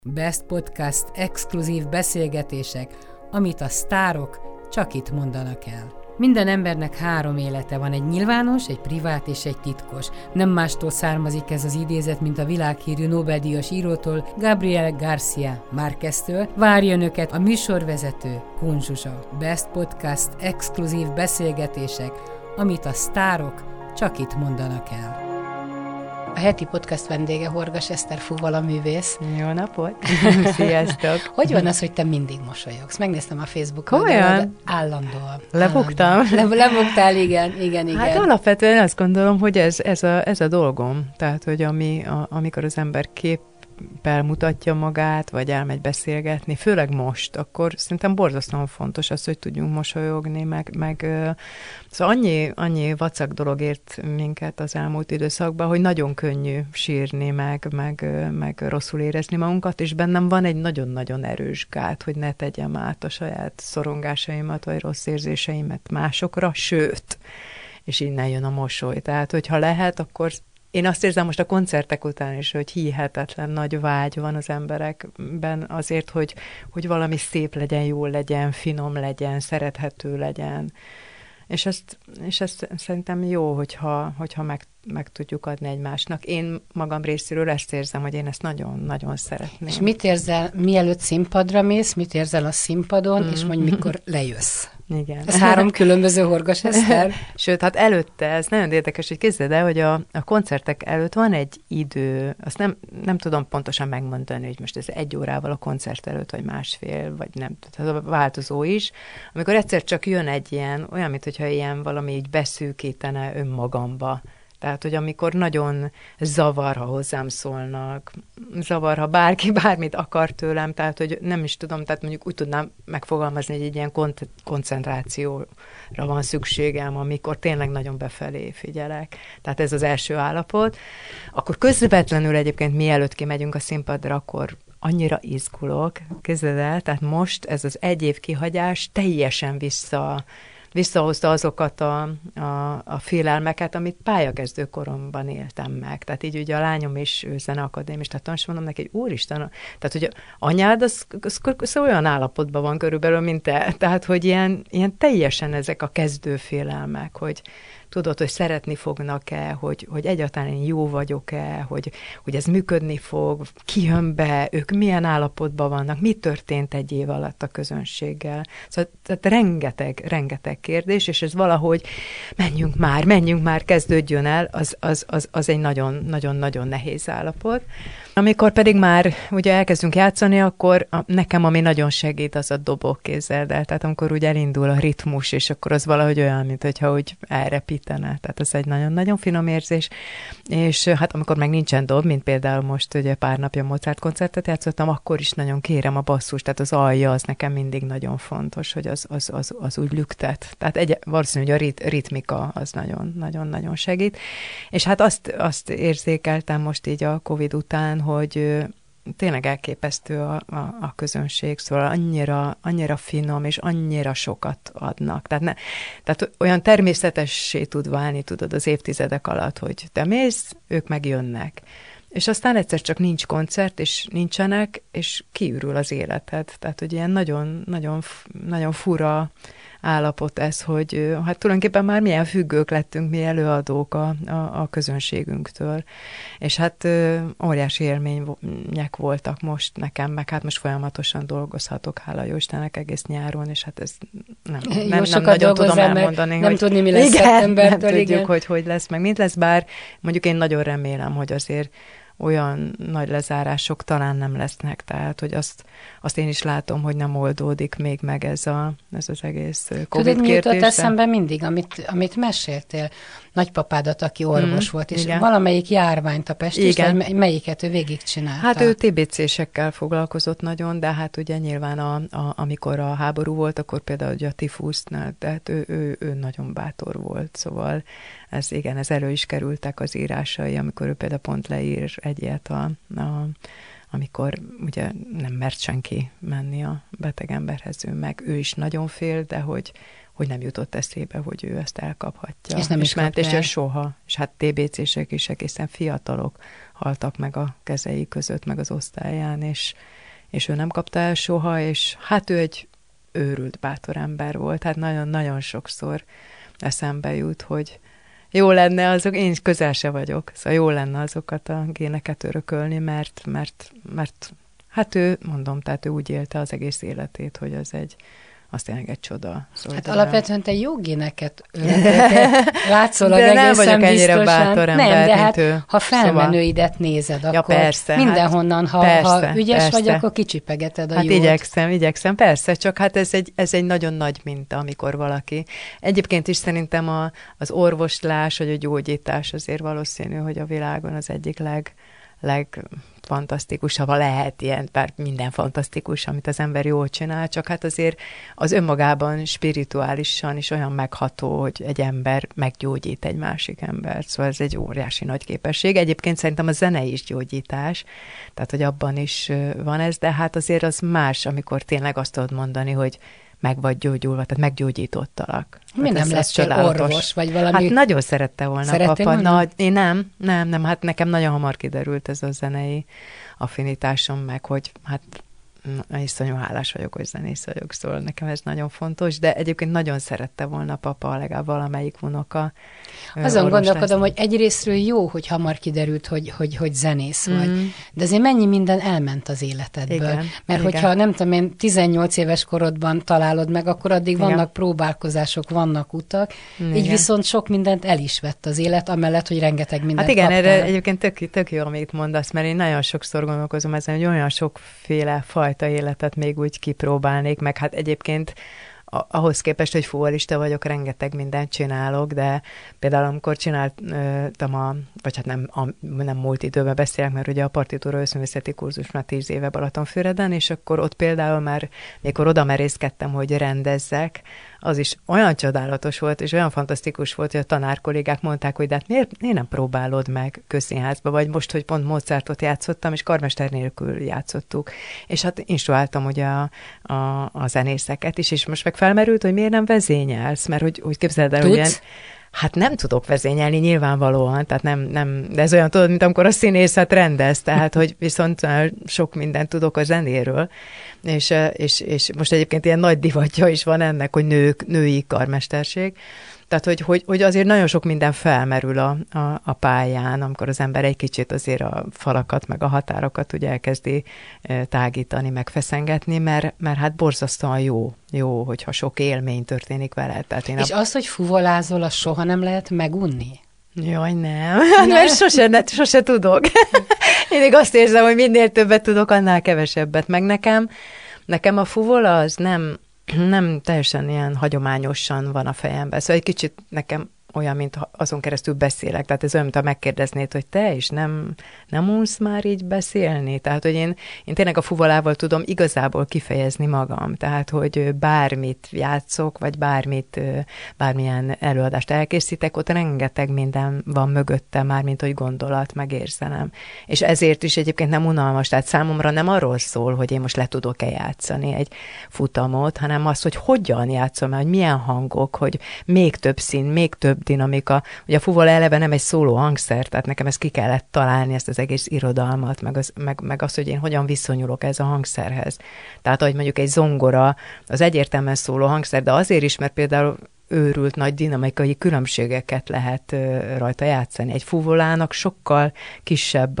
Best Podcast exkluzív beszélgetések, amit a sztárok csak itt mondanak el. Minden embernek 3 élete van, egy nyilvános, egy privát és egy titkos. Nem mástól származik ez az idézet, mint a világhírű Nobel-díjas írótól, Gabriel García Márqueztől. Várja önöket a műsorvezető, Kun Zsuzsa. Best Podcast exkluzív beszélgetések, amit a sztárok csak itt mondanak el. A heti podcast vendége Horgas Eszter fuvalaművész. Jó napot! Sziasztok! Hogy van az, hogy te mindig mosolyogsz? Megnéztem a Facebookon. Olyan? Állandóan. Lebuktam? Lebuktál, igen. Hát alapvetően azt gondolom, hogy ez a dolgom. Tehát, hogy amikor az ember képpel mutatja magát, vagy elmegy beszélgetni, főleg most, akkor szerintem borzasztóan fontos az, hogy tudjunk mosolyogni, meg szóval annyi vacak dolog ért minket az elmúlt időszakban, hogy nagyon könnyű sírni, meg rosszul érezni magunkat, és bennem van egy nagyon-nagyon erős gát, hogy ne tegyem át a saját szorongásaimat, vagy rossz érzéseimet másokra, sőt, és innen jön a mosoly. Tehát, hogyha lehet, akkor én azt érzem most a koncertek után is, hogy hihetetlen nagy vágy van az emberekben azért, hogy valami szép legyen, jó legyen, finom legyen, szerethető legyen. És ezt szerintem jó, hogyha meg tudjuk adni egymásnak. Én magam részéről ezt érzem, hogy én ezt nagyon-nagyon szeretném. És mit érzel, mielőtt színpadra mész, mit érzel a színpadon, és mondjuk mikor lejössz? Igen. Ez 3 különböző Horgas Eszter. Sőt, hát előtte, ez nagyon érdekes, hogy képzeld el, hogy a koncertek előtt van egy idő, azt nem tudom pontosan megmondani, hogy most ez 1 órával a koncert előtt, vagy másfél, vagy nem, tehát változó is, amikor egyszer csak jön egy ilyen, olyan, mintha ilyen valami így beszűkítene önmagamba. Tehát, hogy amikor nagyon zavar, ha hozzám szólnak, zavar, ha bárki bármit akar tőlem, tehát, hogy nem is tudom, tehát mondjuk úgy tudnám megfogalmazni, hogy egy ilyen koncentrációra van szükségem, amikor tényleg nagyon befelé figyelek. Tehát ez az első állapot. Akkor közvetlenül egyébként mielőtt kimegyünk a színpadra, akkor annyira izgulok, képzeld el, tehát most ez az 1 év kihagyás teljesen visszahozta azokat a félelmeket, amit pályakezdő koromban éltem meg. Tehát így ugye a lányom is zeneakadémista tanús, mondom neki, hogy úristen, tehát hogy anyád az olyan állapotban van körülbelül, mint te. Tehát, hogy ilyen teljesen ezek a kezdő félelmek, hogy tudod, hogy szeretni fognak-e, hogy egyáltalán én jó vagyok-e, hogy ez működni fog, ki jön be, ők milyen állapotban vannak, mi történt 1 év alatt a közönséggel. Szóval tehát rengeteg kérdés, és ez valahogy menjünk már, kezdődjön el, az egy nagyon-nagyon nehéz állapot. Amikor pedig már ugye elkezdünk játszani, akkor nekem, ami nagyon segít, az a dobok, képzeld el. Tehát amikor úgy elindul a ritmus, és akkor az valahogy olyan, mint hogyha úgy elrepítene. Tehát az egy nagyon-nagyon finom érzés. És hát amikor meg nincsen dob, mint például most ugye pár napja Mozart koncertet játszottam, akkor is nagyon kérem a basszus, tehát az alja az nekem mindig nagyon fontos, hogy az úgy lüktet. Tehát valószínűleg a ritmika az nagyon-nagyon segít. És hát azt érzékeltem most így a Covid után, hogy tényleg elképesztő a közönség, szóval annyira finom, és annyira sokat adnak. Tehát olyan természetessé tud válni, tudod, az évtizedek alatt, hogy te mész, ők meg jönnek. És aztán egyszer csak nincs koncert, és nincsenek, és kiürül az életed. Tehát, hogy ilyen nagyon fura állapot ez, hogy hát tulajdonképpen már milyen függők lettünk mi előadók a közönségünktől. És hát óriási élmények voltak most nekem, meg hát most folyamatosan dolgozhatok, hála jó Istennek, egész nyáron, és hát ez nem nagyon tudom elmondani. Nem tudni, mi lesz szeptembertől. Nem tudjuk, hogy lesz, meg mint lesz, bár mondjuk én nagyon remélem, hogy azért olyan nagy lezárások talán nem lesznek, tehát, hogy azt én is látom, hogy nem oldódik még meg ez az egész Covid kérdése. Tudod, mi jutott eszembe mindig, amit meséltél? Nagypapádat, aki orvos volt, és igen. Valamelyik járványt a Pest, melyiket ő végigcsinálta. Hát ő TBC-sekkel foglalkozott nagyon, de hát ugye nyilván amikor a háború volt, akkor például ugye a tifusznál, tehát ő nagyon bátor volt, szóval ez elő is kerültek az írásai, amikor ő például pont leír egy ilyet amikor ugye nem mert senki menni a beteg emberhez, ő is nagyon fél, de hogy hogy nem jutott eszébe, hogy ő ezt elkaphatja. És nem is ment, kapta és el. soha. És hát TBC-sek is egészen fiatalok haltak meg a kezei között, meg az osztályán, és ő nem kapta el soha, és hát ő egy őrült bátor ember volt. Hát nagyon-nagyon sokszor eszembe jut, hogy jó lenne azok, én közel se vagyok, szóval jó lenne azokat a géneket örökölni, mert hát ő, mondom, tehát ő úgy élte az egész életét, hogy az tényleg egy csoda. Szóval Hát alapvetően te jó géneket örököltél, látszólag de egészen nem vagyok ennyire biztosan. bátor ember, nem, de mint hát ő. ha felmenőidet nézed, akkor persze, mindenhonnan, ha ügyes vagy, persze. akkor kicsipegeted a Hát jót. igyekszem, persze, csak hát ez egy nagyon nagy minta, amikor valaki. Egyébként is szerintem az orvoslás, vagy a gyógyítás azért valószínű, hogy a világon az egyik legfantasztikusabb, ha lehet ilyen, bár minden fantasztikus, amit az ember jól csinál, csak hát azért az önmagában spirituálisan is olyan megható, hogy egy ember meggyógyít egy másik embert. Szóval ez egy óriási nagy képesség. Egyébként szerintem a zene is gyógyítás, tehát hogy abban is van ez, de hát azért az más, amikor tényleg azt tudod mondani, hogy meg vagy gyógyulva, tehát meggyógyítottalak. Mi nem lettél orvos, vagy valami? Hát nagyon szerette volna Szerettél papa. volna? Én nem, hát nekem nagyon hamar kiderült ez a zenei affinitásom, meg hogy hát iszonyú hálás vagyok, hogy zenész vagyok, szóval nekem ez nagyon fontos, de egyébként nagyon szerette volna papa, legalább valamelyik unoka. Azon gondolkodom, hogy egyrésztről jó, hogy hamar kiderült, hogy zenész vagy, de azért mennyi minden elment az életedből. Igen, mert igen. hogyha nem tudom én 18 éves korodban találod meg, akkor addig Igen. vannak próbálkozások, vannak utak, Igen. így viszont sok mindent el is vett az élet, amellett, hogy rengeteg mindent Hát igen, kaptál. erre egyébként tök jó, amit mondasz, mert én nagyon sokszor gondolkozom ezen, hogy olyan sokféle fajta életet még úgy kipróbálnék, meg hát egyébként ahhoz képest, hogy fuvolista vagyok, rengeteg mindent csinálok, de például amikor csináltam vagy hát nem múlt időben beszélek, mert ugye a partitúra összművészeti kurzus már 10 éve Balatonfüreden, és akkor ott például már, mikor oda merészkedtem, hogy rendezzek, az is olyan csodálatos volt, és olyan fantasztikus volt, hogy a tanárkollégák mondták, hogy de hát miért nem próbálod meg közszínházba, vagy most, hogy pont Mozartot játszottam, és karmester nélkül játszottuk. És hát instruáltam ugye a zenészeket is, és most meg felmerült, hogy miért nem vezényelsz, mert hogy képzeld el, hogy hát nem tudok vezényelni nyilvánvalóan, tehát nem, de ez olyan tudod, mint amikor a színészet rendez, tehát hogy viszont sok mindent tudok a zenéről, és most egyébként ilyen nagy divatja is van ennek, hogy női karmesterség, tehát hogy azért nagyon sok minden felmerül a pályán, amikor az ember egy kicsit azért a falakat, meg a határokat ugye elkezdi tágítani, meg feszengetni, mert hát borzasztóan jó, hogyha sok élmény történik vele. Tehát és az, hogy fuvolázol, az soha nem lehet megunni? Jaj, nem. Mert sose tudok. Én még azt érzem, hogy minél többet tudok, annál kevesebbet. Meg nekem a fuvola az nem teljesen ilyen hagyományosan van a fejemben. Szóval egy kicsit nekem olyan, mint azon keresztül beszélek. Tehát ez olyan, mint ha megkérdeznéd, hogy te is nem unsz már így beszélni. Tehát, hogy én tényleg a fuvolával tudom igazából kifejezni magam. Tehát, hogy bármit játszok, vagy bármilyen előadást elkészítek, ott rengeteg minden van mögöttem már, mint hogy gondolat, meg érzelem. És ezért is egyébként nem unalmas. Tehát számomra nem arról szól, hogy én most le tudok-e játszani egy futamot, hanem az, hogy hogyan játszom, hogy milyen hangok, hogy még több szín, még több dinamika. Ugye a fuvola eleve nem egy szóló hangszer, tehát nekem ezt ki kellett találni, ezt az egész irodalmat, meg az, hogy én hogyan viszonyulok ez a hangszerhez. Tehát, ahogy mondjuk egy zongora, az egyértelműen szóló hangszer, de azért is, mert például őrült nagy dinamikai különbségeket lehet rajta játszani. Egy fuvolának sokkal kisebb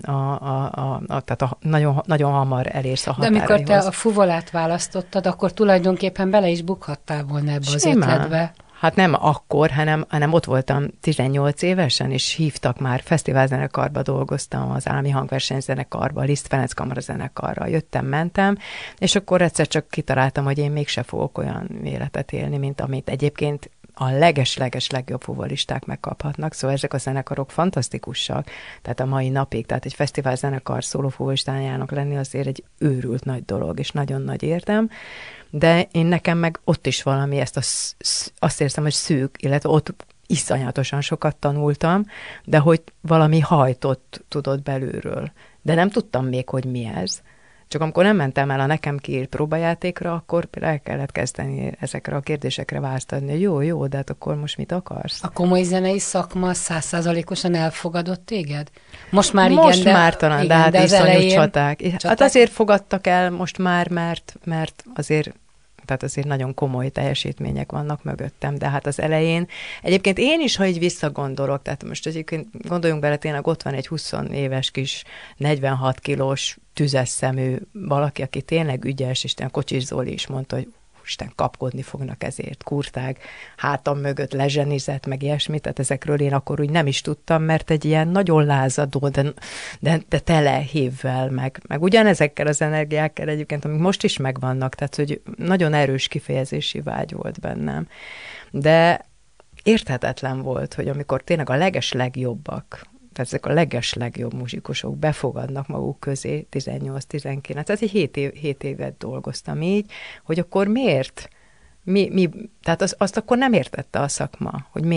tehát nagyon, nagyon hamar elérsz a határaihoz. De amikor te a fuvolát választottad, akkor tulajdonképpen bele is bukhattál volna ebbe az ötletbe. Hát nem akkor, hanem ott voltam 18 évesen, és hívtak már, fesztiválzenekarba dolgoztam, az Állami Hangversenyzenekarba, a Liszt Ferenc Kamarazenekarra jöttem, mentem, és akkor egyszer csak kitaláltam, hogy én mégse fogok olyan életet élni, mint amit egyébként a leges-leges legjobb fuvolisták megkaphatnak, szóval ezek a zenekarok fantasztikusak, tehát a mai napig, tehát egy fesztiválzenekar szólófuvolistájának lenni azért egy őrült nagy dolog, és nagyon nagy érdem, de én nekem meg ott is valami azt érzem, hogy szűk, illetve ott iszonyatosan sokat tanultam, de hogy valami hajtott tudott belülről. De nem tudtam még, hogy mi ez. Csak amikor nem mentem el a nekem kiírt próbajátékra, akkor el kellett kezdeni ezekre a kérdésekre választ adni. Jó, de hát akkor most mit akarsz? A komoly zenei szakma 100%-osan elfogadott téged? Most már igen, most már talán, igen, de hát iszonyú csaták. Hát azért fogadtak el most már, mert azért tehát azért nagyon komoly teljesítmények vannak mögöttem, de hát az elején, egyébként én is, ha így visszagondolok, tehát most egyébként gondoljunk bele, tényleg ott van egy 20 éves kis 46 kilós tüzes szemű valaki, aki tényleg ügyes, Isten Kocsis Zoli is mondta, hogy Isten kapkodni fognak ezért, kurtág, hátam mögött lezsenizett, meg ilyesmit, tehát ezekről én akkor úgy nem is tudtam, mert egy ilyen nagyon lázadó, de tele hívvel, meg ugyanezekkel az energiákkal egyébként, amik most is megvannak, tehát hogy nagyon erős kifejezési vágy volt bennem. De érthetetlen volt, hogy amikor tényleg a legeslegjobbak, tehát ezek a legeslegjobb muzsikusok befogadnak maguk közé 18-19, tehát egy 7 évet dolgoztam így, hogy akkor miért? Tehát azt akkor nem értette a szakma, hogy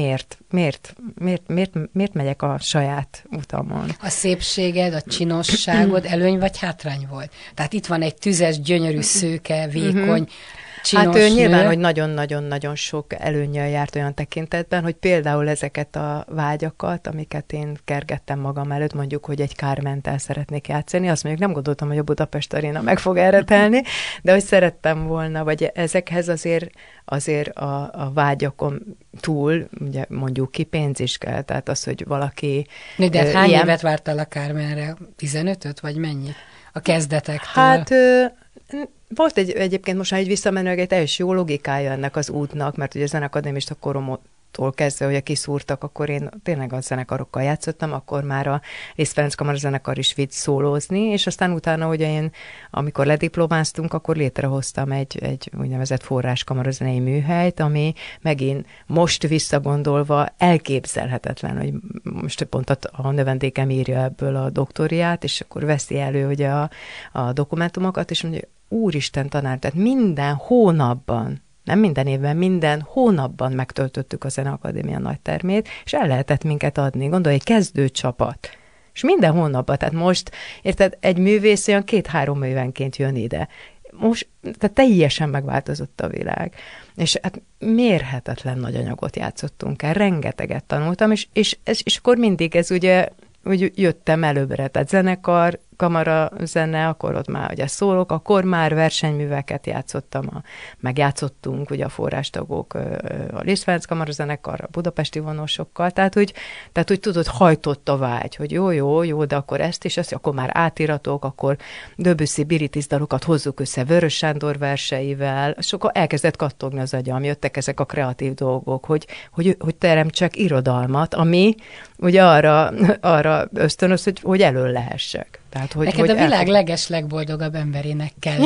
miért megyek a saját utamon. A szépséged, a csinosságod előny vagy hátrány volt? Tehát itt van egy tüzes, gyönyörű, szőke, vékony, csinos hát ő nyilván, nő. hogy nagyon-nagyon-nagyon sok előnnyel járt olyan tekintetben, hogy például ezeket a vágyakat, amiket én kergettem magam előtt, mondjuk, hogy egy Carment-tel szeretnék játszani, azt mondjuk nem gondoltam, hogy a Budapest Aréna meg fog erre telni, de hogy szerettem volna, vagy ezekhez azért a vágyakon túl, ugye mondjuk ki, pénz is kell, tehát az, hogy valaki... De hány évet vártál a Carmenre? 15-öt, vagy mennyit? A kezdetektől? Hát... Volt egyébként most már így visszamenőleg egy teljes jó logikája ennek az útnak, mert ugye a zenekadémista koromtól kezdve, hogy kiszúrtak, akkor én tényleg a zenekarokkal játszottam, akkor már a Liszt Ferenc Kamarazenekar is vitt szólózni, és aztán utána ugye én, amikor lediplomáztunk, akkor létrehoztam egy úgynevezett forráskamarazenei műhelyt, ami megint most visszagondolva elképzelhetetlen, hogy most pont a növendékem írja ebből a doktoriát, és akkor veszi elő ugye a dokumentumokat, és mondja, úristen tanár, tehát minden hónapban, nem minden évben, minden hónapban megtöltöttük a Zeneakadémia nagytermét, és el lehetett minket adni. Gondolj, egy kezdőcsapat. És minden hónapban, tehát most, érted, egy művész olyan 2-3 évenként jön ide. Most, tehát teljesen megváltozott a világ. És hát mérhetetlen nagy anyagot játszottunk el, rengeteget tanultam, és akkor mindig ez ugye, úgy jöttem előbbre, tehát zenekar, kamara zene, akkor ott már ugye szólok, akkor már versenyműveket játszottam, megjátszottunk ugye a forrástagok a Liszt Ferenc Kamarazenekar, a budapesti vonósokkal, tehát úgy tudod, hajtott a vágy, hogy jó, de akkor ezt és ezt, akkor már átiratok, akkor Debussy Biritis dalokat hozzuk össze Vörös Sándor verseivel, és akkor elkezdett kattogni az agyam, jöttek ezek a kreatív dolgok, hogy teremtsek irodalmat, ami ugye arra ösztönöz, hogy elől lehessek. Tehát, neked a világ legeslegboldogabb emberének kell.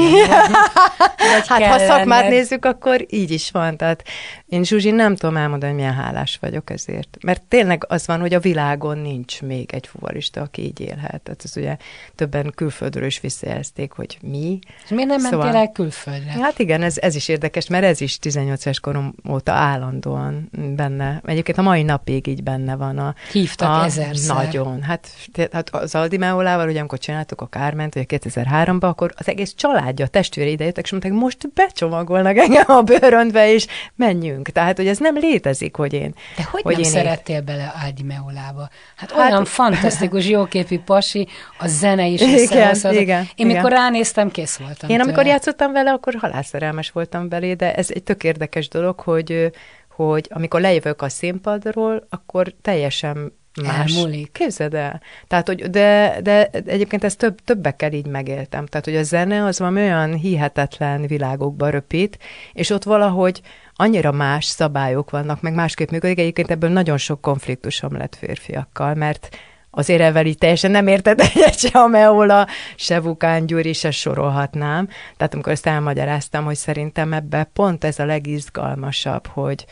Hát ha szakmát nézzük, akkor így is van. Tehát én, Zsuzsi, nem tudom elmondani, hogy milyen hálás vagyok ezért. Mert tényleg az van, hogy a világon nincs még egy fuvarista, aki így élhet. Tehát ez ugye többen külföldről is visszajelezték, hogy mi. És miért nem mentél el külföldre? Hát igen, ez is érdekes, mert ez is 18 éves korom óta állandóan benne. Egyébként a mai napig így benne van. Hívtak ezerszer. Nagyon. Hát az Aldi Meolával, ugye amikor csináltuk a Carment, ugye 2003-ban, akkor az egész családja, a testvére idejöttek, és mondták, most becsomagolnak engem a bőröndbe, és menjünk. Tehát, hogy ez nem létezik, hogy én... De hogy nem szerettél bele Aldi Meolába? Hát olyan fantasztikus, jóképű pasi, a zene is igen. Én mikor ránéztem, kész voltam. Én amikor játszottam vele, akkor halálszerelmes voltam belé, de ez egy tök érdekes dolog, hogy amikor lejövök a színpadról, akkor teljesen más. Elmúlik. Képzeld el. Tehát, hogy de egyébként ezt többekkel így megéltem. Tehát, hogy a zene az valami olyan hihetetlen világokba röpít, és ott valahogy annyira más szabályok vannak, meg másképp működik. Egyébként ebből nagyon sok konfliktusom lett férfiakkal, mert azért ezzel így teljesen nem értett egyet se a Meola, se Vukán Gyuri, se sorolhatnám. Tehát amikor ezt elmagyaráztam, hogy szerintem ebben pont ez a legizgalmasabb,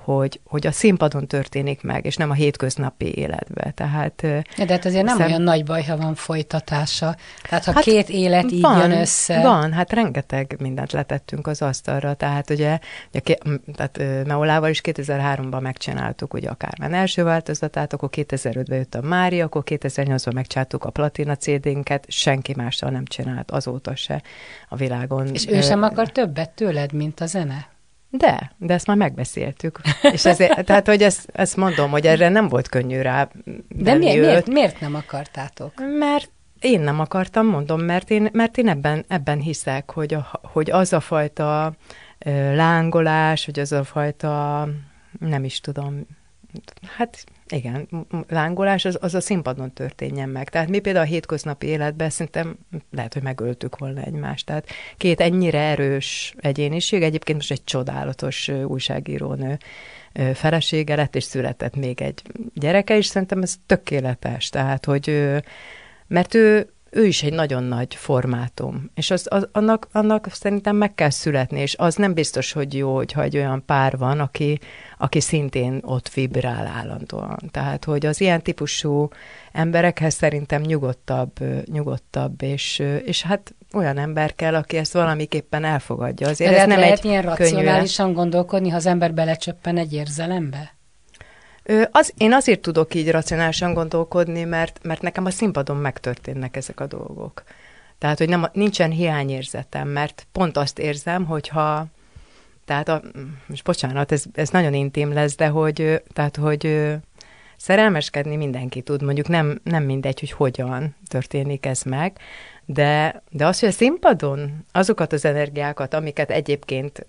hogy a színpadon történik meg, és nem a hétköznapi életben. Tehát, de hát azért nem olyan nagy baj, ha van folytatása. Tehát ha két élet így jön össze. Van, hát rengeteg mindent letettünk az asztalra. Tehát ugye Meolával is 2003-ban megcsináltuk ugye a Kármán első változatát, akkor 2005-ben jött a Mária, akkor 2008-ban megcsináltuk a Platina CD-nket, senki mással nem csinált azóta se a világon. És ő sem akar többet tőled, mint a zene? De ezt már megbeszéltük. És ezért, tehát, hogy ezt mondom, hogy erre nem volt könnyű rá. De miért nem akartátok? Mert én nem akartam, mondom, mert én ebben hiszek, hogy az a fajta lángolás, hogy az a fajta, nem is tudom, hát igen, lángolás, az a színpadon történjen meg. Tehát mi például a hétköznapi életben szerintem lehet, hogy megöltük volna egymást. Tehát két ennyire erős egyéniség, egyébként most egy csodálatos újságírónő felesége lett, és született még egy gyereke, és szerintem ez tökéletes. Tehát, hogy mert ő is egy nagyon nagy formátum, és annak szerintem meg kell születni, és az nem biztos, hogy jó, hogyha egy olyan pár van, aki szintén ott vibrál állandóan. Tehát, hogy az ilyen típusú emberekhez szerintem nyugodtabb és hát olyan ember kell, aki ezt valamiképpen elfogadja. Azért de ez nem lehet egy ilyen racionálisan gondolkodni, ha az ember belecsöppen egy érzelembe? Én azért tudok így racionálisan gondolkodni, mert nekem a színpadon megtörténnek ezek a dolgok. Tehát, hogy nincsen hiányérzetem, mert pont azt érzem, hogyha, tehát most bocsánat, ez nagyon intim lesz, de hogy szerelmeskedni mindenki tud, mondjuk nem mindegy, hogy hogyan történik ez meg, de az, hogy a színpadon azokat az energiákat, amiket egyébként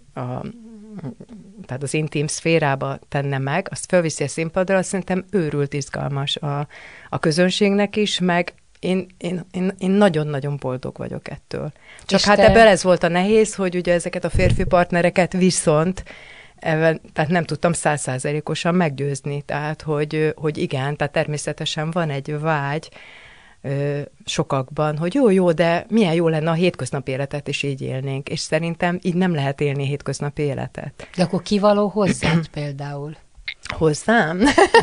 tehát az intim szférába tenne meg, azt felviszi a színpadra, azt szerintem őrült izgalmas a közönségnek is, meg én nagyon-nagyon boldog vagyok ettől. Csak hát ebből ez volt a nehéz, hogy ugye ezeket a férfi partnereket viszont tehát nem tudtam 100%-osan meggyőzni. Tehát, hogy igen, tehát természetesen van egy vágy sokakban, hogy jó, de milyen jó lenne a hétköznapi életet is így élnénk. És szerintem így nem lehet élni hétköznapi életet. De akkor ki való hozzád például? Hozzám?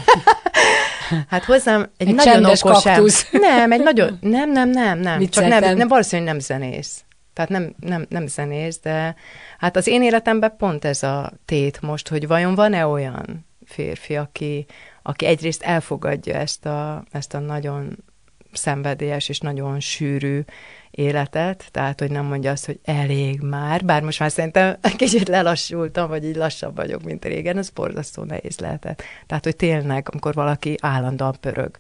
Hát hozzám egy nagyon okos kaktusz. Nem, egy nagyon... Nem. Csak nem, valószínűleg nem zenész. Tehát nem zenész, de hát az én életemben pont ez a tét most, hogy vajon van-e olyan férfi, aki egyrészt elfogadja ezt a nagyon szenvedélyes és nagyon sűrű életet, tehát, hogy nem mondja azt, hogy elég már, bár most már szerintem kicsit lelassultam, vagy így lassabb vagyok, mint régen, ez borzasztó nehéz lehetett. Tehát, hogy tényleg, amikor valaki állandóan pörög.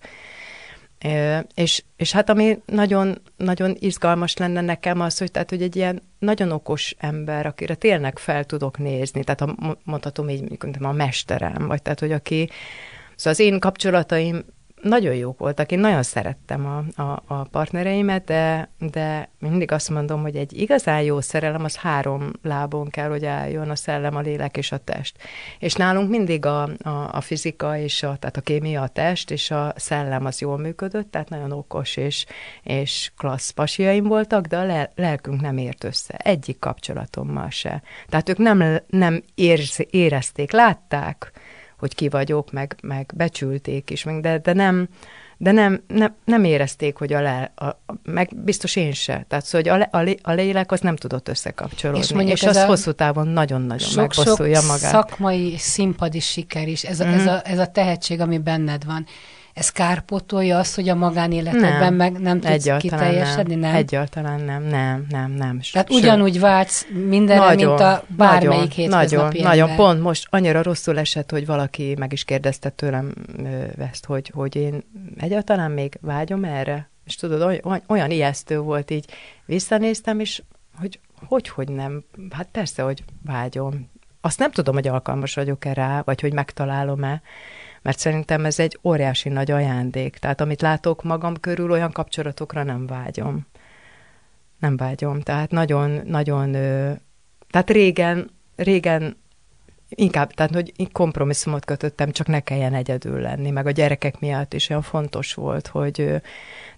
És hát ami nagyon, nagyon izgalmas lenne nekem az, hogy egy ilyen nagyon okos ember, akire tényleg fel tudok nézni, tehát mondhatom így, mint a mesterem, vagy tehát, hogy szóval az én kapcsolataim nagyon jók voltak, én nagyon szerettem a partnereimet, de mindig azt mondom, hogy egy igazán jó szerelem az 3 lábon kell, hogy álljon, a szellem, a lélek és a test. És nálunk mindig a fizika tehát a kémia a test, és a szellem az jól működött, tehát nagyon okos és klassz pasiaim voltak, de a lelkünk nem ért össze. Egyik kapcsolatommal se. Tehát ők nem érezték, látták, hogy ki vagyok, meg becsülték is, de nem érezték, hogy meg biztos én se. Tehát szóval, hogy a lélek az nem tudott összekapcsolódni. És az hosszú távon nagyon-nagyon megbosszulja magát. Szakmai, színpadi siker is, ez a tehetség, ami benned van. Ez kárpótolja azt, hogy a magánéletedben meg nem tudsz kiteljesedni? Nem. Egyáltalán nem. Tehát ugyanúgy vágysz mindenre, mint a bármelyik hétköznapi ember. Nagyon, pont most annyira rosszul esett, hogy valaki meg is kérdezte tőlem ezt, hogy én egyáltalán még vágyom erre. És tudod, olyan ijesztő volt, így visszanéztem, és hogy nem. Hát persze, hogy vágyom. Azt nem tudom, hogy alkalmas vagyok-e rá, vagy hogy megtalálom-e, mert szerintem ez egy óriási nagy ajándék. Tehát amit látok magam körül, olyan kapcsolatokra nem vágyom. Nem vágyom. Tehát nagyon, tehát régen inkább, tehát hogy kompromisszumot kötöttem, csak ne kelljen egyedül lenni, meg a gyerekek miatt is olyan fontos volt, hogy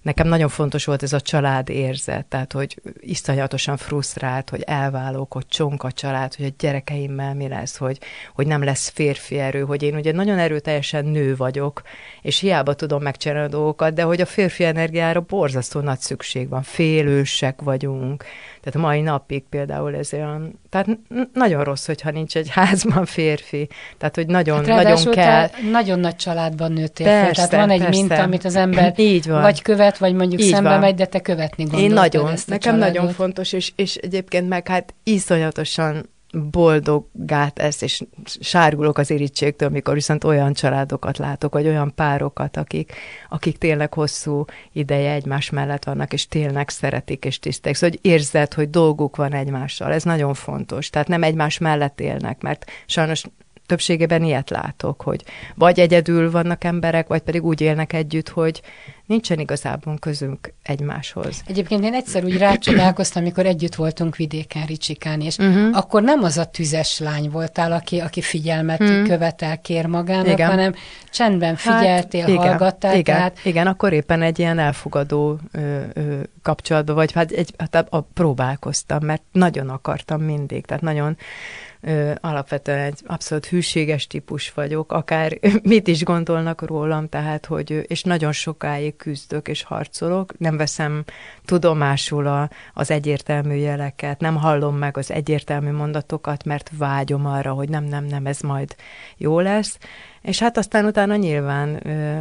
nekem nagyon fontos volt ez a család érzet, tehát, hogy iszonyatosan frusztrált, hogy elválok, hogy csonk a család, hogy a gyerekeimmel mi lesz, hogy nem lesz férfi erő, hogy én ugye nagyon erőteljesen nő vagyok, és hiába tudom megcsinálni a dolgokat, de hogy a férfi energiára borzasztó nagy szükség van, félősek vagyunk, tehát a mai napig például ez olyan, tehát nagyon rossz, hogyha nincs egy házban férfi, tehát hogy nagyon kell. Nagyon nagy családban nőttél fel, tehát van egy minta, amit az ember így van. Vagy követ, vagy mondjuk így szembe van. megy, de te követni gondoltad Nekem ezt a nagyon fontos, és egyébként meg hát iszonyatosan boldoggá tesz, és sárgulok az irítségtől, amikor viszont olyan családokat látok, vagy olyan párokat, akik tényleg hosszú ideje egymás mellett vannak, és tényleg szeretik, és tisztelik. Szóval, hogy érzed, hogy dolguk van egymással. Ez nagyon fontos. Tehát nem egymás mellett élnek, mert sajnos többségében ilyet látok, hogy vagy egyedül vannak emberek, vagy pedig úgy élnek együtt, hogy nincsen igazából közünk egymáshoz. Egyébként én egyszer úgy rácsodálkoztam, amikor együtt voltunk vidéken, Ricsikán, és akkor nem az a tüzes lány voltál, aki figyelmet követel, kér magának, igen. hanem csendben figyeltél, igen, hallgattál. Igen, tehát... igen, akkor éppen egy ilyen elfogadó kapcsolatban, vagy próbálkoztam, mert nagyon akartam mindig, tehát nagyon alapvetően egy abszolút hűséges típus vagyok, akár mit is gondolnak rólam, tehát, hogy, és nagyon sokáig küzdök és harcolok, nem veszem tudomásul az egyértelmű jeleket, nem hallom meg az egyértelmű mondatokat, mert vágyom arra, hogy nem, ez majd jó lesz, és hát aztán utána nyilván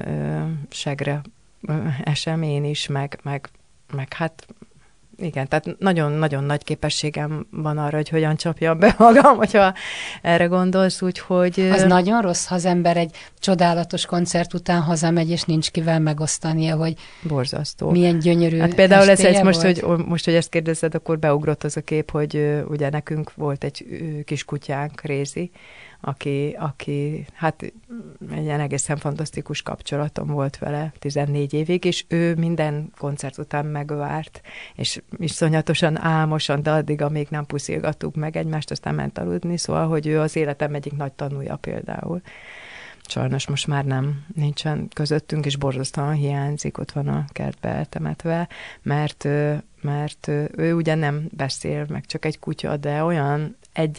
segre esem én is, meg hát igen, tehát nagyon-nagyon nagy képességem van arra, hogy hogyan csapjam be magam, hogyha erre gondolsz, úgyhogy... Az nagyon rossz, ha az ember egy csodálatos koncert után hazamegy, és nincs kivel megosztania, hogy borzasztó. Milyen gyönyörű hát például ez most, hogy ezt kérdezed, akkor beugrott az a kép, hogy ugye nekünk volt egy kis kutyánk, Rézi, aki hát egy ilyen egészen fantasztikus kapcsolatom volt vele 14 évig, és ő minden koncert után megvárt, és iszonyatosan álmosan, de addig, amíg nem puszilgattuk meg egymást, aztán ment aludni, szóval, hogy ő az életem egyik nagy tanúja például. Sajnos most már nincsen közöttünk, és borzasztóan hiányzik, ott van a kertbe eltemetve, mert ő ugye nem beszél, meg csak egy kutya, de olyan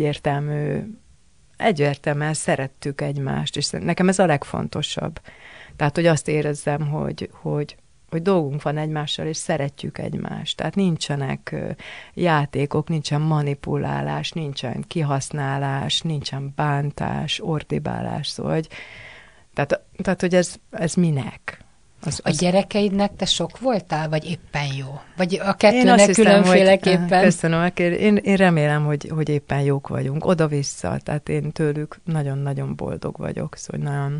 egyértelműen szerettük egymást, és nekem ez a legfontosabb. Tehát, hogy azt érezzem, hogy dolgunk van egymással, és szeretjük egymást. Tehát nincsenek játékok, nincsen manipulálás, nincsen kihasználás, nincsen bántás, ordibálás, szóval, hogy, tehát hogy ez minek? A gyerekeidnek te sok voltál, vagy éppen jó? Vagy a kettőnek különféleképpen? Köszönöm, én remélem, hogy éppen jók vagyunk, oda-vissza, tehát én tőlük nagyon-nagyon boldog vagyok, szóval nagyon...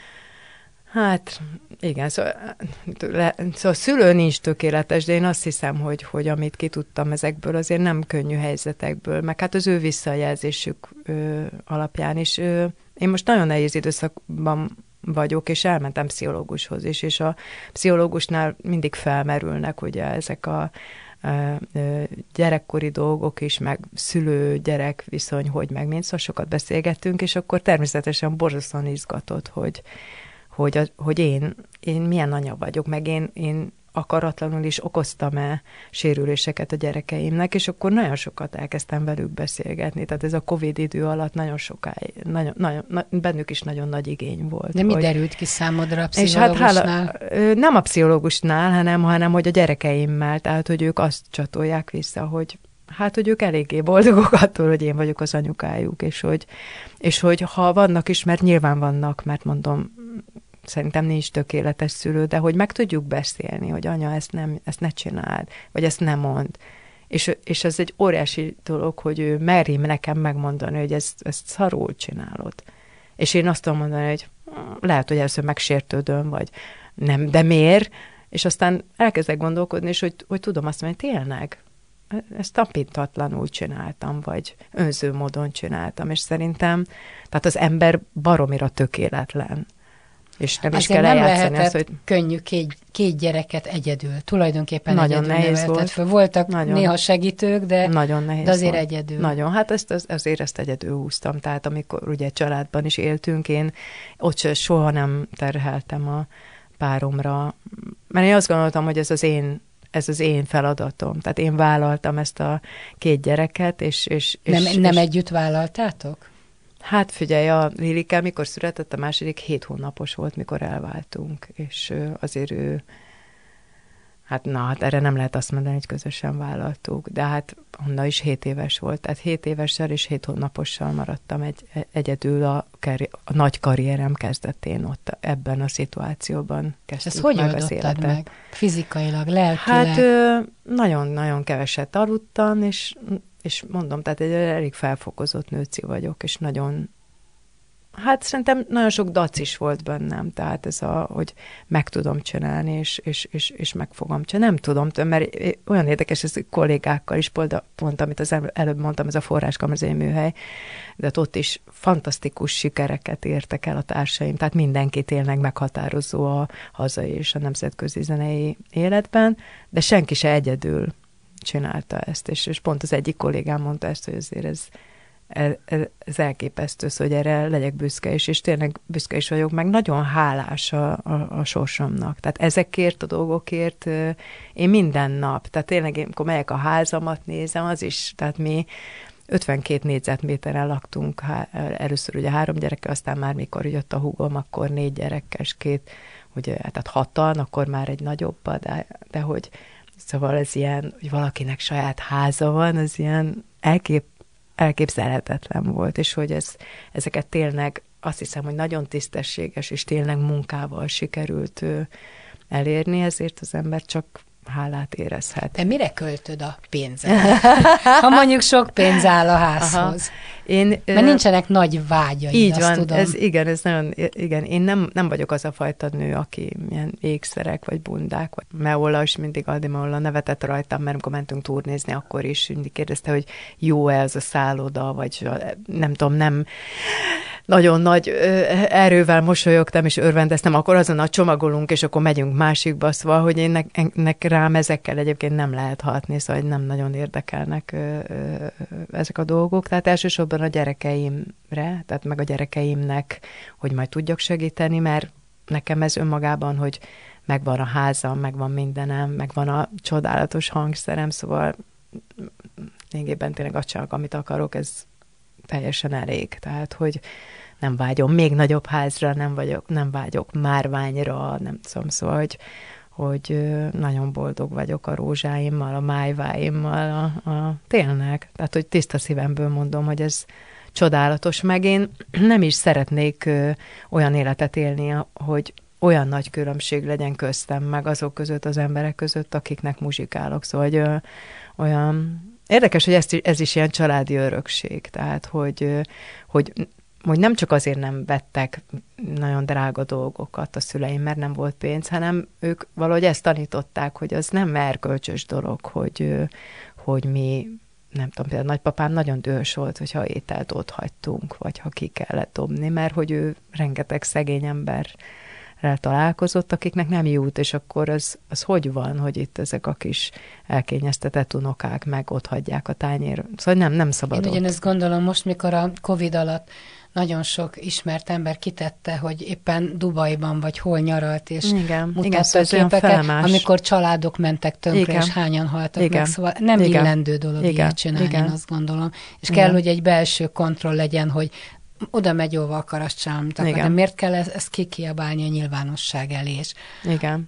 Hát, igen, szóval szülő nincs tökéletes, de én azt hiszem, hogy amit kitudtam ezekből, azért nem könnyű helyzetekből, meg hát az ő visszajelzésük alapján is. Én most nagyon nehéz időszakban vagyok, és elmentem pszichológushoz is, és a pszichológusnál mindig felmerülnek ugye ezek a gyerekkori dolgok is, meg szülő-gyerek viszony, hogy meg mind, szóval sokat beszélgettünk, és akkor természetesen borzasztóan izgatott, hogy én milyen anya vagyok, meg én akaratlanul is okoztam-e sérüléseket a gyerekeimnek, és akkor nagyon sokat elkezdtem velük beszélgetni. Tehát ez a Covid idő alatt nagyon sokáig, bennük is nagyon nagy igény volt. De mi derült ki számodra a pszichológusnál? És hát nem a pszichológusnál, hanem hogy a gyerekeimmel, tehát hogy ők azt csatolják vissza, hogy ők eléggé boldogok attól, hogy én vagyok az anyukájuk, és hogy ha vannak is, mert nyilván vannak, mert mondom, szerintem nincs tökéletes szülő, de hogy meg tudjuk beszélni, hogy anya, ezt ne csináld, vagy ezt nem mondd. És ez egy óriási dolog, hogy ő meri nekem megmondani, hogy ezt szarul csinálod. És én azt tudom mondani, hogy lehet, hogy először megsértődöm, vagy nem, de miért? És aztán elkezdek gondolkodni, és hogy tudom azt mondani, hogy tényleg, ezt tapintatlanul csináltam, vagy önző módon csináltam, és szerintem, tehát az ember baromira tökéletlen. És nem is kell eljátszani azt, hogy... könnyű két gyereket egyedül. Tulajdonképpen nagyon egyedül nehéz volt. Föl. Voltak néha segítők, de azért volt. Egyedül. Nagyon, hát azért ezt egyedül húztam. Tehát amikor ugye családban is éltünk, én ott soha nem terheltem a páromra, mert én azt gondoltam, hogy ez az én feladatom. Tehát én vállaltam ezt a 2 gyereket, és nem együtt vállaltátok? Hát figyelj, a Lilike, mikor született, a második 7 hónapos volt, mikor elváltunk, és azért ő, hát erre nem lehet azt mondani, hogy közösen vállaltuk, de hát Anna is 7 éves volt, tehát 7 évessel és 7 hónapossal maradtam egyedül a nagy karrierem kezdetén ott ebben a szituációban kezdtük meg az életet. Ezt hogy oldottad meg? Fizikailag, lelkileg? Hát nagyon-nagyon keveset aludtam, és mondom, tehát egy elég felfokozott nőci vagyok, és nagyon, hát szerintem nagyon sok dac is volt bennem, tehát ez hogy meg tudom csinálni, és meg fogom csinálni. Nem tudom, mert olyan érdekes, ez kollégákkal is, pont amit az előbb mondtam, ez a Forráskamra műhely, de ott is fantasztikus sikereket értek el a társaim, tehát mindenki tényleg meghatározó a hazai és a nemzetközi zenei életben, de senki se egyedül csinálta ezt, és pont az egyik kollégám mondta ezt, hogy azért ez elképesztő, hogy erre legyek büszke is, és tényleg büszke is vagyok, meg nagyon hálás a sorsomnak. Tehát ezekért a dolgokért én minden nap, tehát tényleg én, amikor megyek a házamat nézem, az is, tehát mi 52 négyzetméteren laktunk, először ugye 3 gyerekkel, aztán már mikor jött a húgom, akkor 4 gyerekkel, és 2, ugye, tehát 6-an, akkor már egy nagyobba, de hogy szóval ez ilyen, hogy valakinek saját háza van, az ilyen elképzelhetetlen volt, és hogy ezeket tényleg azt hiszem, hogy nagyon tisztességes, és tényleg munkával sikerült elérni, ezért az ember csak hálát érezhet. De mire költöd a pénzed? Ha mondjuk sok pénz áll a házhoz. Mert nincsenek nagy vágyaid, így azt van, tudom. Ez nagyon, igen, én nem vagyok az a fajta nő, aki ilyen ékszerek, vagy bundák, vagy Meola, és mindig Aldi Meola nevetett rajtam, mert amikor mentünk turnézni, akkor is mindig kérdezte, hogy jó-e ez a szálloda, vagy nem tudom, nem nagyon nagy erővel mosolyogtam, és örvendeztem, akkor azonnal csomagolunk, és akkor megyünk másikba, szóval, hogy én rám ezekkel egyébként nem lehet hatni, szóval nem nagyon érdekelnek ezek a dolgok, tehát elsősorban a gyerekeimre, tehát meg a gyerekeimnek, hogy majd tudjak segíteni, mert nekem ez önmagában, hogy megvan a házam, megvan mindenem, megvan a csodálatos hangszerem, szóval lényegében tényleg azt csak, amit akarok, ez teljesen elég. Tehát, hogy nem vágyom még nagyobb házra, nem vágyok márványra, nem tudom, szóval, hogy nagyon boldog vagyok a rózsáimmal, a májváimmal, tényleg. Tehát, hogy tiszta szívemből mondom, hogy ez csodálatos, meg én nem is szeretnék olyan életet élni, hogy olyan nagy különbség legyen köztem, meg azok között, az emberek között, akiknek muzsikálok. Szóval, hogy olyan érdekes, hogy ez is ilyen családi örökség, tehát, hogy nem csak azért nem vettek nagyon drága dolgokat a szüleim, mert nem volt pénz, hanem ők valahogy ezt tanították, hogy az nem erkölcsös dolog, hogy mi, nem tudom, például nagypapám nagyon dühös volt, hogyha ételt ott hagytunk, vagy ha ki kellett dobni, mert hogy ő rengeteg szegény emberrel találkozott, akiknek nem jut, és akkor az hogy van, hogy itt ezek a kis elkényeztetett unokák meg ott hagyják a tányér. Szóval nem szabad. Én ugyanezt gondolom most, mikor a Covid alatt nagyon sok ismert ember kitette, hogy éppen Dubajban vagy hol nyaralt, és mutatta a képeket, amikor családok mentek tönkre, és hányan haltak meg. Szóval nem illendő dolog ilyet csinálni, én azt gondolom. És kell, hogy egy belső kontroll legyen, hogy oda megy, jóval akar, azt csinálom, de miért kell ezt kikiabálni a nyilvánosság elé? Igen.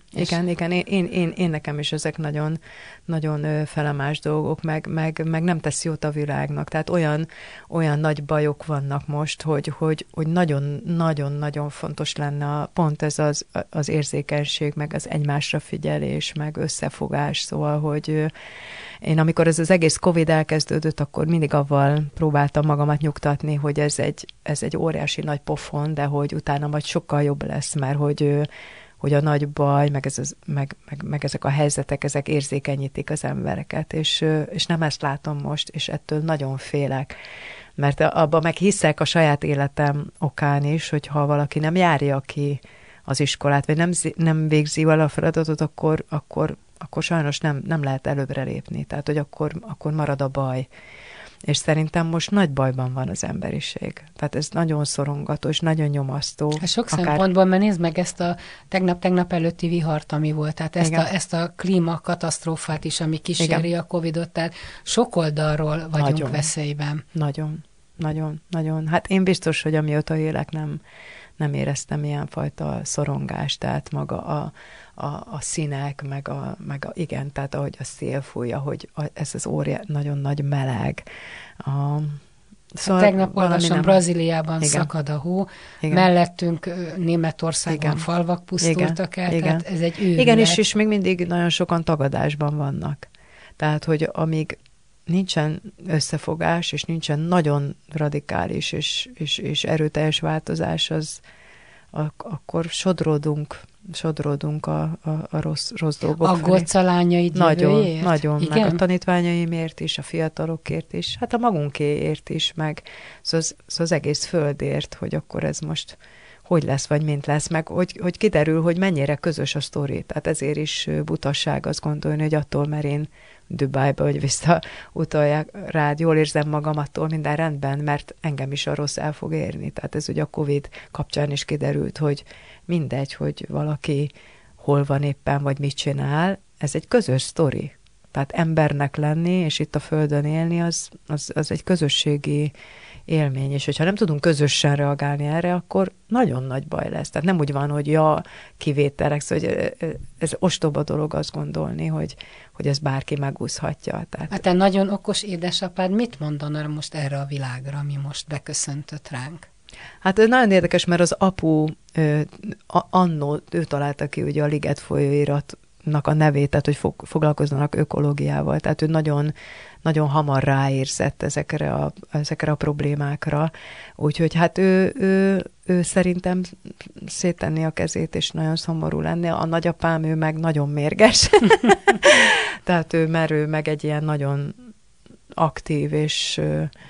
Én nekem is ezek nagyon, nagyon felemás dolgok, meg nem tesz jót a világnak. Tehát olyan nagy bajok vannak most, hogy nagyon-nagyon fontos lenne pont ez az érzékenység, meg az egymásra figyelés, meg összefogás. Szóval, hogy én amikor ez az egész Covid elkezdődött, akkor mindig avval próbáltam magamat nyugtatni, hogy ez egy óriási nagy pofon, de hogy utána majd sokkal jobb lesz, mert hogy a nagy baj, meg ezek a helyzetek, ezek érzékenyítik az embereket, és nem ezt látom most, és ettől nagyon félek. Mert abban meg hiszek a saját életem okán is, hogy ha valaki nem járja ki az iskolát, vagy nem végzi vele a feladatot, akkor sajnos nem lehet előbbre lépni. Tehát, hogy akkor marad a baj. és szerintem most nagy bajban van az emberiség. Tehát ez nagyon szorongatos, nagyon nyomasztó. Hát sok szempontból, mert nézd meg ezt a tegnap előtti vihart, ami volt, tehát ezt a klímakatasztrófát is, ami kíséri a Covid-ot, tehát sok oldalról vagyunk veszélyben. Nagyon. Hát én biztos, hogy amióta élek, nem éreztem ilyenfajta szorongást, tehát maga a színek, igen, tehát ahogy a szél fúj, ahogy ez az nagyon nagy meleg. Szóval tegnap olvasom, Brazíliában szakad a hó, mellettünk Németországban falvak pusztultak el, tehát ez egy őrület. Igen, és még mindig nagyon sokan tagadásban vannak. Tehát, hogy amíg nincsen összefogás, és nincsen nagyon radikális és erőteljes változás, akkor sodródunk a rossz dolgok felé. Aggódsz a lányaid jövőjéért? Nagyon, meg a tanítványaimért is, a fiatalokért is, hát a magunkéért is, meg szóval az egész földért, hogy akkor ez most hogy lesz, vagy mint lesz, meg hogy kiderül, hogy mennyire közös a sztori. Tehát ezért is butasság azt gondolni, hogy attól, mert én Dubájba, hogy visszautolják rád, jól érzem magam, attól minden rendben, mert engem is a rossz el fog érni. Tehát ez ugye a Covid kapcsán is kiderült, hogy mindegy, hogy valaki hol van éppen, vagy mit csinál, ez egy közös sztori. Tehát embernek lenni, és itt a Földön élni, az egy közösségi élmény, és hogyha nem tudunk közösen reagálni erre, akkor nagyon nagy baj lesz. Tehát nem úgy van, hogy kivételek, szóval ez ostoba dolog azt gondolni, hogy ez bárki megúszhatja. Tehát... Hát te nagyon okos édesapád mit mondana most erre a világra, ami most beköszöntött ránk? Hát ez nagyon érdekes, mert az apu annó, ő találta ki ugye a Liget folyóiratnak a nevét, tehát hogy foglalkozzanak ökológiával. Tehát ő nagyon, nagyon hamar ráérzett ezekre a problémákra. Úgyhogy hát ő szerintem széttenni a kezét, és nagyon szomorú lenni. A nagyapám, ő meg nagyon mérges. Tehát ő merő, meg egy ilyen nagyon aktív, és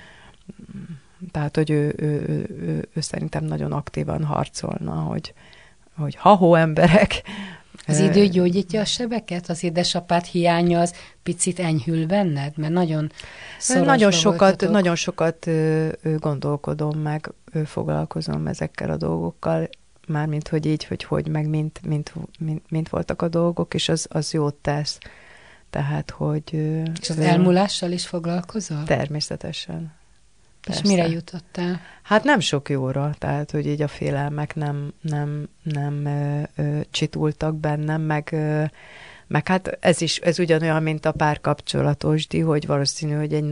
tehát, hogy ő szerintem nagyon aktívan harcolna, hogy ha-hó emberek. Az idő gyógyítja a sebeket? Az édesapád hiánya az picit enyhül benned? Mert nagyon szorosba nagyon sokat gondolkodom, meg foglalkozom ezekkel a dolgokkal, mármint, hogy így, hogy meg mint voltak a dolgok, és az jót tesz. Tehát, hogy... És az elmúlással is foglalkozol? Természetesen. Persze. És mire jutottál? Hát nem sok jóra, tehát, hogy így a félelmek nem csitultak bennem, meg hát ez ugyanolyan, mint a párkapcsolatosdi, hogy valószínű, hogy egy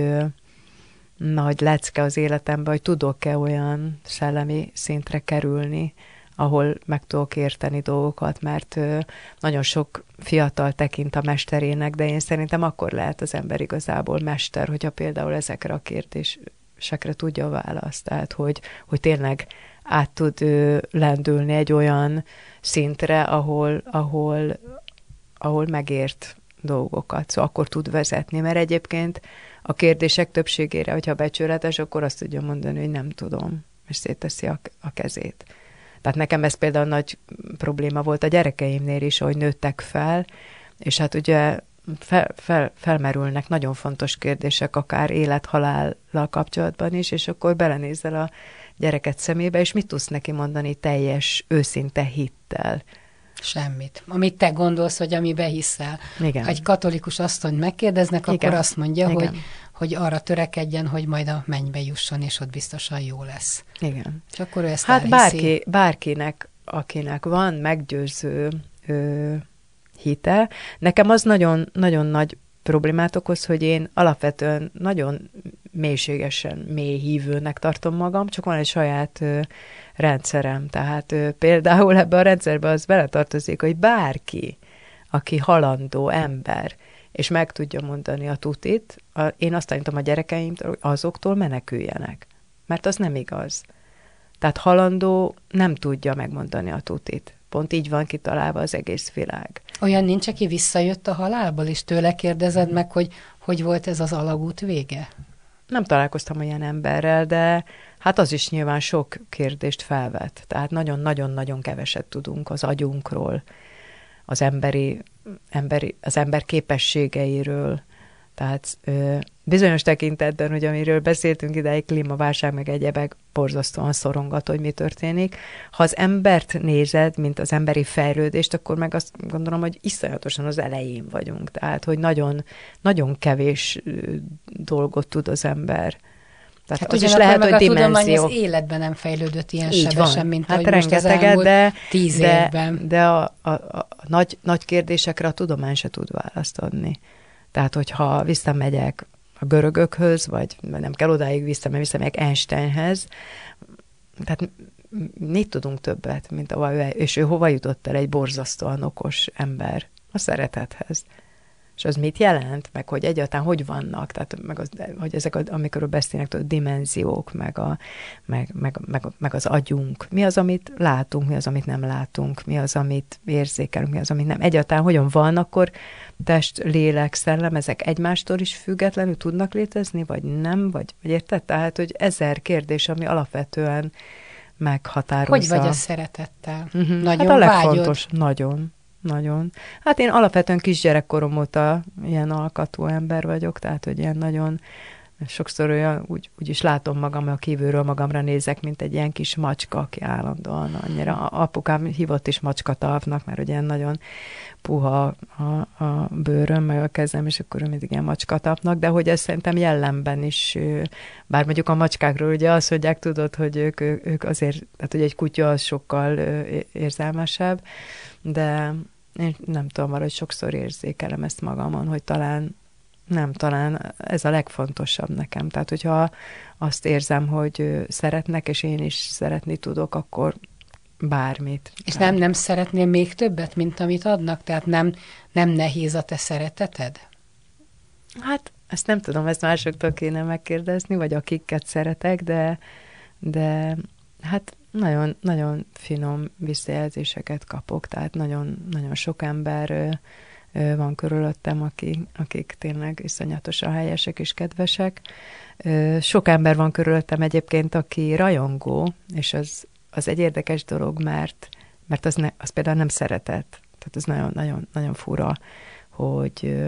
nagy lecke az életemben, hogy tudok-e olyan szellemi szintre kerülni, ahol meg tudok érteni dolgokat, mert nagyon sok fiatal tekint a mesterének, de én szerintem akkor lehet az ember igazából mester, hogyha például ezekre a kérdésekre tudja a választ. Tehát, hogy tényleg át tud lendülni egy olyan szintre, ahol megért dolgokat. Szóval akkor tud vezetni, mert egyébként a kérdések többségére, hogyha becsületes, akkor azt tudja mondani, hogy nem tudom, és szétteszi a kezét. Tehát nekem ez például nagy probléma volt a gyerekeimnél is, ahogy nőttek fel, és hát ugye felmerülnek nagyon fontos kérdések, akár élet-halállal kapcsolatban is, és akkor belenézel a gyereket szemébe, és mit tudsz neki mondani teljes, őszinte hittel? Semmit. Amit te gondolsz, vagy amiben hiszel. Igen. Egy katolikus asszonyt megkérdeznek, igen. Akkor azt mondja, igen. hogy arra törekedjen, hogy majd a mennybe jusson, és ott biztosan jó lesz. Igen. És akkor ő ezt hát elhiszi. bárkinek, akinek van meggyőző hite, nekem az nagyon, nagyon nagy problémát okoz, hogy én alapvetően nagyon mélységesen mély hívőnek tartom magam, csak van egy saját rendszerem. Tehát például ebbe a rendszerbe az beletartozik, hogy bárki, aki halandó ember, és meg tudja mondani a tutit, én azt tanítom a gyerekeimtől, hogy azoktól meneküljenek. Mert az nem igaz. Tehát halandó nem tudja megmondani a tutit. Pont így van kitalálva az egész világ. Olyan nincs, aki visszajött a halálból, és tőle kérdezed meg, hogy volt ez az alagút vége? Nem találkoztam olyan emberrel, de hát az is nyilván sok kérdést felvet. Tehát nagyon-nagyon-nagyon keveset tudunk az agyunkról, az ember képességeiről. Tehát bizonyos tekintetben, hogy amiről beszéltünk ideig, klímaválság, meg egyebek, borzasztóan szorongat, hogy mi történik. Ha az embert nézed, mint az emberi fejlődést, akkor meg azt gondolom, hogy iszonyatosan az elején vagyunk. Tehát, hogy nagyon, nagyon kevés dolgot tud az ember. Tehát hát az is lehet, hogy dimenzió. A tudomány az életben nem fejlődött ilyen így sebesen, van. mint hát ahogy most az elmúlt 10 évben. De a nagy kérdésekre a tudomány se tud választ adni. Tehát, hogyha visszamegyek a görögökhöz, vagy nem kell odáig visszamegyek Einsteinhez, tehát mit tudunk többet, mint és ő hova jutott el, egy borzasztóan okos ember? A szeretethez. És az mit jelent? Meg hogy egyáltalán hogy vannak? Tehát hogy ezek, amikor beszélnek, a dimenziók, meg az agyunk. Mi az, amit látunk, mi az, amit nem látunk, mi az, amit érzékelünk, mi az, amit nem. Egyáltalán hogyan van, akkor test, lélek, szellem, ezek egymástól is függetlenül tudnak létezni, vagy nem? Vagy érted? Tehát, hogy 1000 kérdés, ami alapvetően meghatározza. Hogy vagy a szeretettel? Nagyon hát a legfontos. Nagyon. Hát én alapvetően kisgyerekkorom óta ilyen alkatú ember vagyok, tehát, hogy ilyen nagyon sokszor olyan, úgy is látom magam, a kívülről magamra nézek, mint egy ilyen kis macska, aki állandóan annyira. Apukám hívott is macskatavnak, mert ugye nagyon puha a bőröm, meg a kezem, és akkor mindig ilyen macskatapnak, de hogy ez szerintem jellemben is, bár mondjuk a macskákról ugye azt mondják, tudod, hogy ők azért, tehát hogy egy kutya az sokkal érzelmesebb, de én nem tudom, valahogy sokszor érzékelem ezt magamon, hogy talán ez a legfontosabb nekem. Tehát, hogyha azt érzem, hogy szeretnek, és én is szeretni tudok, akkor bármit. És nem szeretnél még többet, mint amit adnak? Tehát nem nehéz a te szereteted? Hát, ezt nem tudom, ezt másoktól kéne megkérdezni, vagy akiket szeretek, de hát nagyon, nagyon finom visszajelzéseket kapok, tehát nagyon, nagyon sok ember van körülöttem, akik tényleg iszonyatosan helyesek és kedvesek. Sok ember van körülöttem egyébként, aki rajongó, és az egy érdekes dolog, mert az például nem szeretett. Tehát ez nagyon, nagyon, nagyon fura, hogy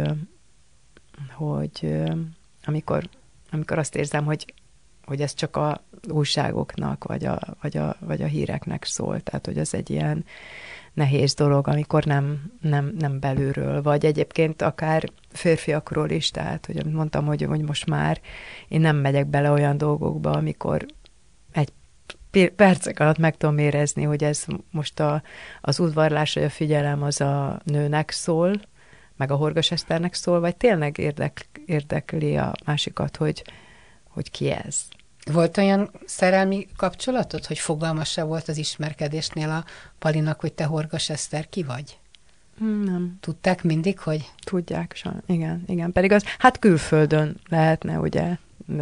amikor azt érzem, hogy ez csak a újságoknak, vagy a híreknek szól. Tehát, hogy ez egy ilyen nehéz dolog, amikor nem belülről, vagy egyébként akár férfiakról is, tehát, hogy mondtam, hogy most már én nem megyek bele olyan dolgokba, amikor egy percek alatt meg tudom érezni, hogy ez most az udvarlás, vagy a figyelem az a nőnek szól, meg a Horgas Eszternek szól, vagy tényleg érdekli a másikat, hogy ki ez. Volt olyan szerelmi kapcsolatod, hogy fogalmas se volt az ismerkedésnél a Palinak, hogy te Horgas Eszter ki vagy? Nem. Tudták mindig, hogy? Tudják, igen. Pedig az, hát külföldön lehetne, ugye,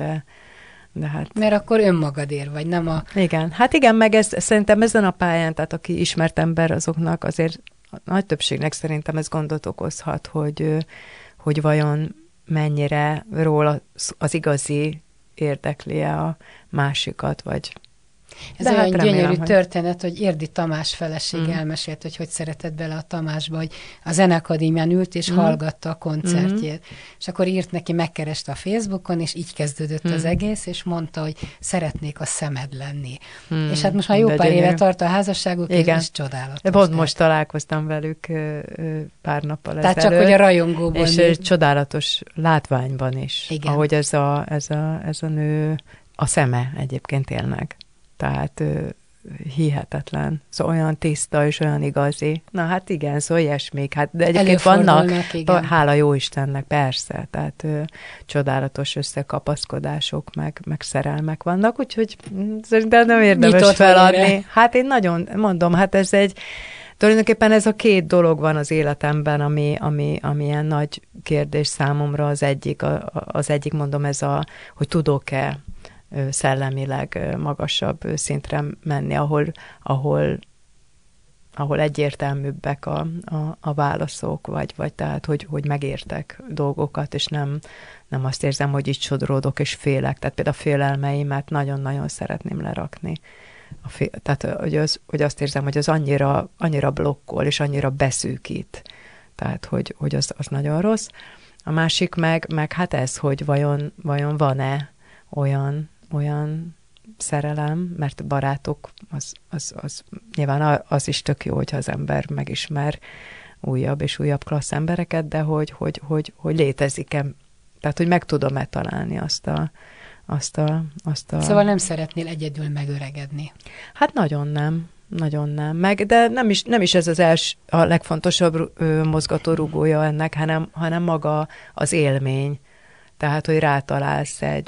de hát... Mert akkor önmagadért vagy, nem a... Igen, hát igen, meg szerintem ezen a pályán, tehát aki ismert ember, azoknak azért a nagy többségnek szerintem ez gondot okozhat, hogy vajon mennyire róla az igazi érdekli-e a másikat, vagy... Ez olyan gyönyörű történet, hogy Érdi Tamás feleség elmesélt, hogy szeretett bele a Tamásba, hogy a Zeneakadémián ült és hallgatta a koncertjét. És akkor írt neki, megkereste a Facebookon, és így kezdődött az egész, és mondta, hogy szeretnék a szemed lenni. És hát most már jó pár éve tart a házasságuk, és csodálatos. Pont most találkoztam velük pár nappal ezelőtt. Tehát csak, hogy a rajongóból. És csodálatos látványban is. Igen. Ahogy ez a nő, a szeme egyébként tényleg. Tehát hihetetlen. Szóval olyan tiszta és olyan igazi. Na hát igen, szóval ilyesmik. Hát, de egyébként vannak, hála jó Istennek, persze. Tehát csodálatos összekapaszkodások, meg szerelmek vannak, úgyhogy szerintem nem érdemes feladni. Hát én nagyon mondom, hát tulajdonképpen ez a két dolog van az életemben, ami ilyen nagy kérdés számomra. Az egyik mondom, hogy tudok-e szellemileg magasabb szintre menni, ahol egyértelműbbek a válaszok, vagy tehát, hogy megértek dolgokat, és nem azt érzem, hogy itt sodródok és félek. Tehát például a félelmeimet nagyon-nagyon szeretném lerakni. Tehát, hogy azt érzem, hogy az annyira blokkol, és annyira beszűkít. Tehát, hogy az nagyon rossz. A másik meg hát ez, hogy vajon van-e olyan szerelem, mert barátok, az nyilván az is tök jó, hogyha az ember megismer újabb és újabb klassz embereket, de hogy létezik-e, tehát hogy meg tudom-e találni azt a... Szóval nem szeretnél egyedül megöregedni? Hát nagyon nem. De nem is ez a legfontosabb mozgatórugója ennek, hanem maga az élmény. Tehát, hogy rátalálsz egy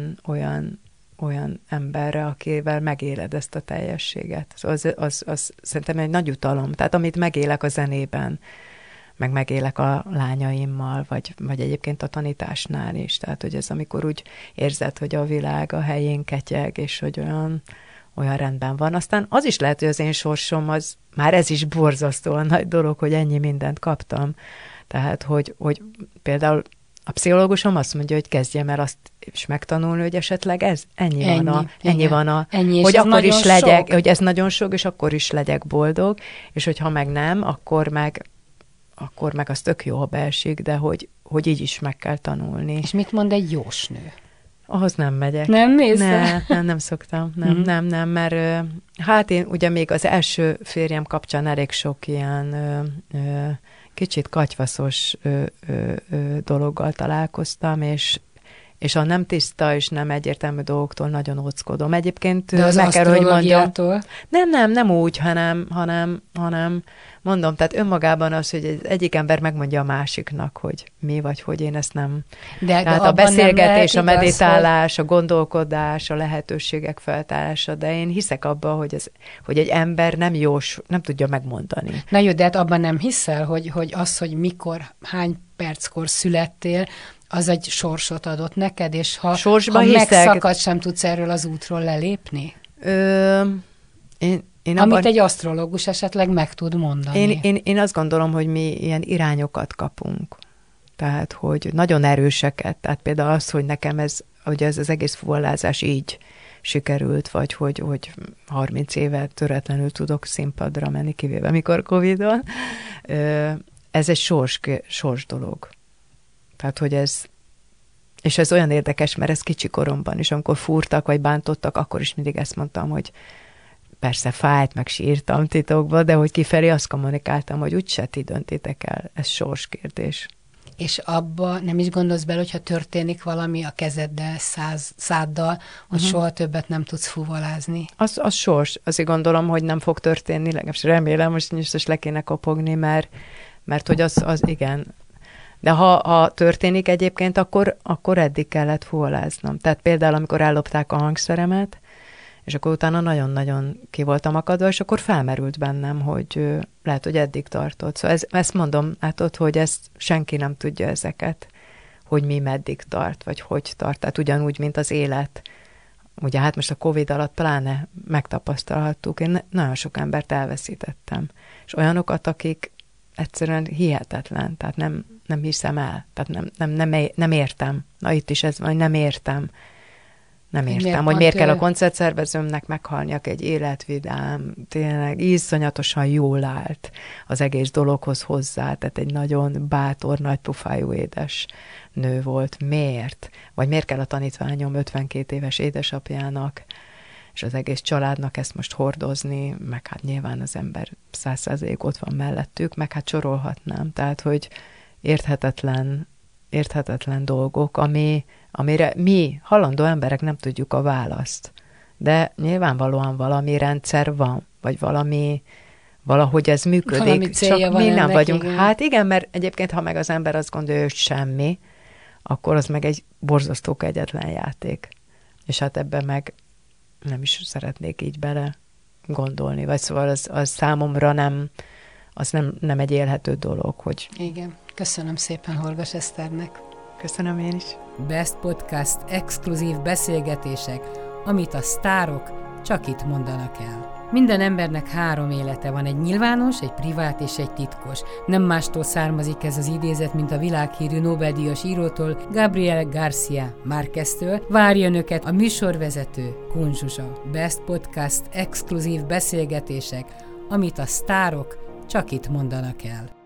olyan emberre, akivel megéled ezt a teljességet. Az szerintem egy nagy utalom. Tehát, amit megélek a zenében, meg megélek a lányaimmal, vagy egyébként a tanításnál is. Tehát, hogy ez amikor úgy érzed, hogy a világ a helyén ketyeg, és hogy olyan rendben van. Aztán az is lehet, hogy az én sorsom, már ez is borzasztóan nagy dolog, hogy ennyi mindent kaptam. Tehát, hogy például a pszichológusom azt mondja, hogy kezdjem el azt is megtanulni, hogy esetleg ennyi van, hogy akkor is legyek, hogy ez nagyon sok, és akkor is legyek boldog, és hogyha meg nem, akkor meg az tök jó, ha beesik, de hogy így is meg kell tanulni. És mit mond egy jósnő? Ahhoz nem megyek. Nem mész? Nem szoktam. Nem, mert hát én ugye még az első férjem kapcsán elég sok ilyen kicsit katyvaszos dologgal találkoztam, és a nem tiszta és nem egyértelmű dolgoktól nagyon óckodom. Egyébként de az asztrológiától? Nem úgy, hanem mondom, tehát önmagában az, hogy egyik ember megmondja a másiknak, hogy mi vagy hogy én ezt nem. Tehát a beszélgetés, a meditálás, a gondolkodás, a lehetőségek feltárása, de én hiszek abba, hogy egy ember nem tudja megmondani. Na jó, de hát abban nem hiszel, hogy az, hogy mikor, hány perckor születtél, az egy sorsot adott neked, és ha megszakad, sem tudsz erről az útról lelépni? Amit egy asztrológus esetleg meg tud mondani. Én azt gondolom, hogy mi ilyen irányokat kapunk. Tehát, hogy nagyon erőseket. Tehát például az, hogy nekem ez az egész fuvalázás így sikerült, vagy hogy 30 éve töretlenül tudok színpadra menni, kivéve mikor Covid-on. Ez egy sors dolog. Tehát, hogy és ez olyan érdekes, mert ez kicsi koromban is, amikor fúrtak, vagy bántottak, akkor is mindig ezt mondtam, hogy persze fájt, meg sírtam titokban, de hogy kifelé azt kommunikáltam, hogy úgyse ti döntitek el, ez sorskérdés. És abba nem is gondolsz bele, hogyha történik valami a kezeddel, száddal, hogy soha többet nem tudsz fuvalázni? Az sors. Azért gondolom, hogy nem fog történni, legalábbis remélem, most le kéne kopogni, mert hogy az igen. De ha történik egyébként, akkor eddig kellett fuvaláznom. Tehát például, amikor ellopták a hangszeremet, és akkor utána nagyon-nagyon ki voltam akadva, és akkor felmerült bennem, hogy lehet, hogy eddig tartott. Szóval ezt mondom, látod, hogy ezt senki nem tudja ezeket, hogy mi meddig tart, vagy hogy tart. Tehát ugyanúgy, mint az élet. Ugye hát most a Covid alatt pláne megtapasztalhattuk. Én nagyon sok embert elveszítettem. És olyanokat, akik egyszerűen hihetetlen, tehát nem hiszem el, tehát nem értem. Na itt is ez van, hogy nem értem, hogy miért kell a koncertszervezőmnek meghalniak egy életvidám, tényleg iszonyatosan jól állt az egész dologhoz hozzá, tehát egy nagyon bátor, nagy pufájú édes nő volt. Miért? Vagy miért kell a tanítványom 52 éves édesapjának, és az egész családnak ezt most hordozni, meg hát nyilván az ember 100% ott van mellettük, meg hát sorolhatnám. Tehát, hogy érthetetlen dolgok, amire mi, halandó emberek nem tudjuk a választ. De nyilvánvalóan valami rendszer van, vagy valahogy ez működik, csak mi nem vagyunk. Igen. Hát igen, mert egyébként, ha meg az ember azt gondolja, hogy semmi, akkor az meg egy borzasztó kegyetlen játék. És hát ebben meg nem is szeretnék így bele gondolni, vagy szóval az számomra nem egy élhető dolog, hogy... Igen. Köszönöm szépen Horgas Eszternek. Köszönöm én is. Best Podcast exkluzív beszélgetések, amit a sztárok csak itt mondanak el. Minden embernek 3 élete van, egy nyilvános, egy privát és egy titkos. Nem mástól származik ez az idézet, mint a világhírű Nobel-díjas írótól, Gabriel García Márqueztől. Várja önöket a műsorvezető, Kun Zsuzsa. Best Podcast exkluzív beszélgetések, amit a sztárok csak itt mondanak el.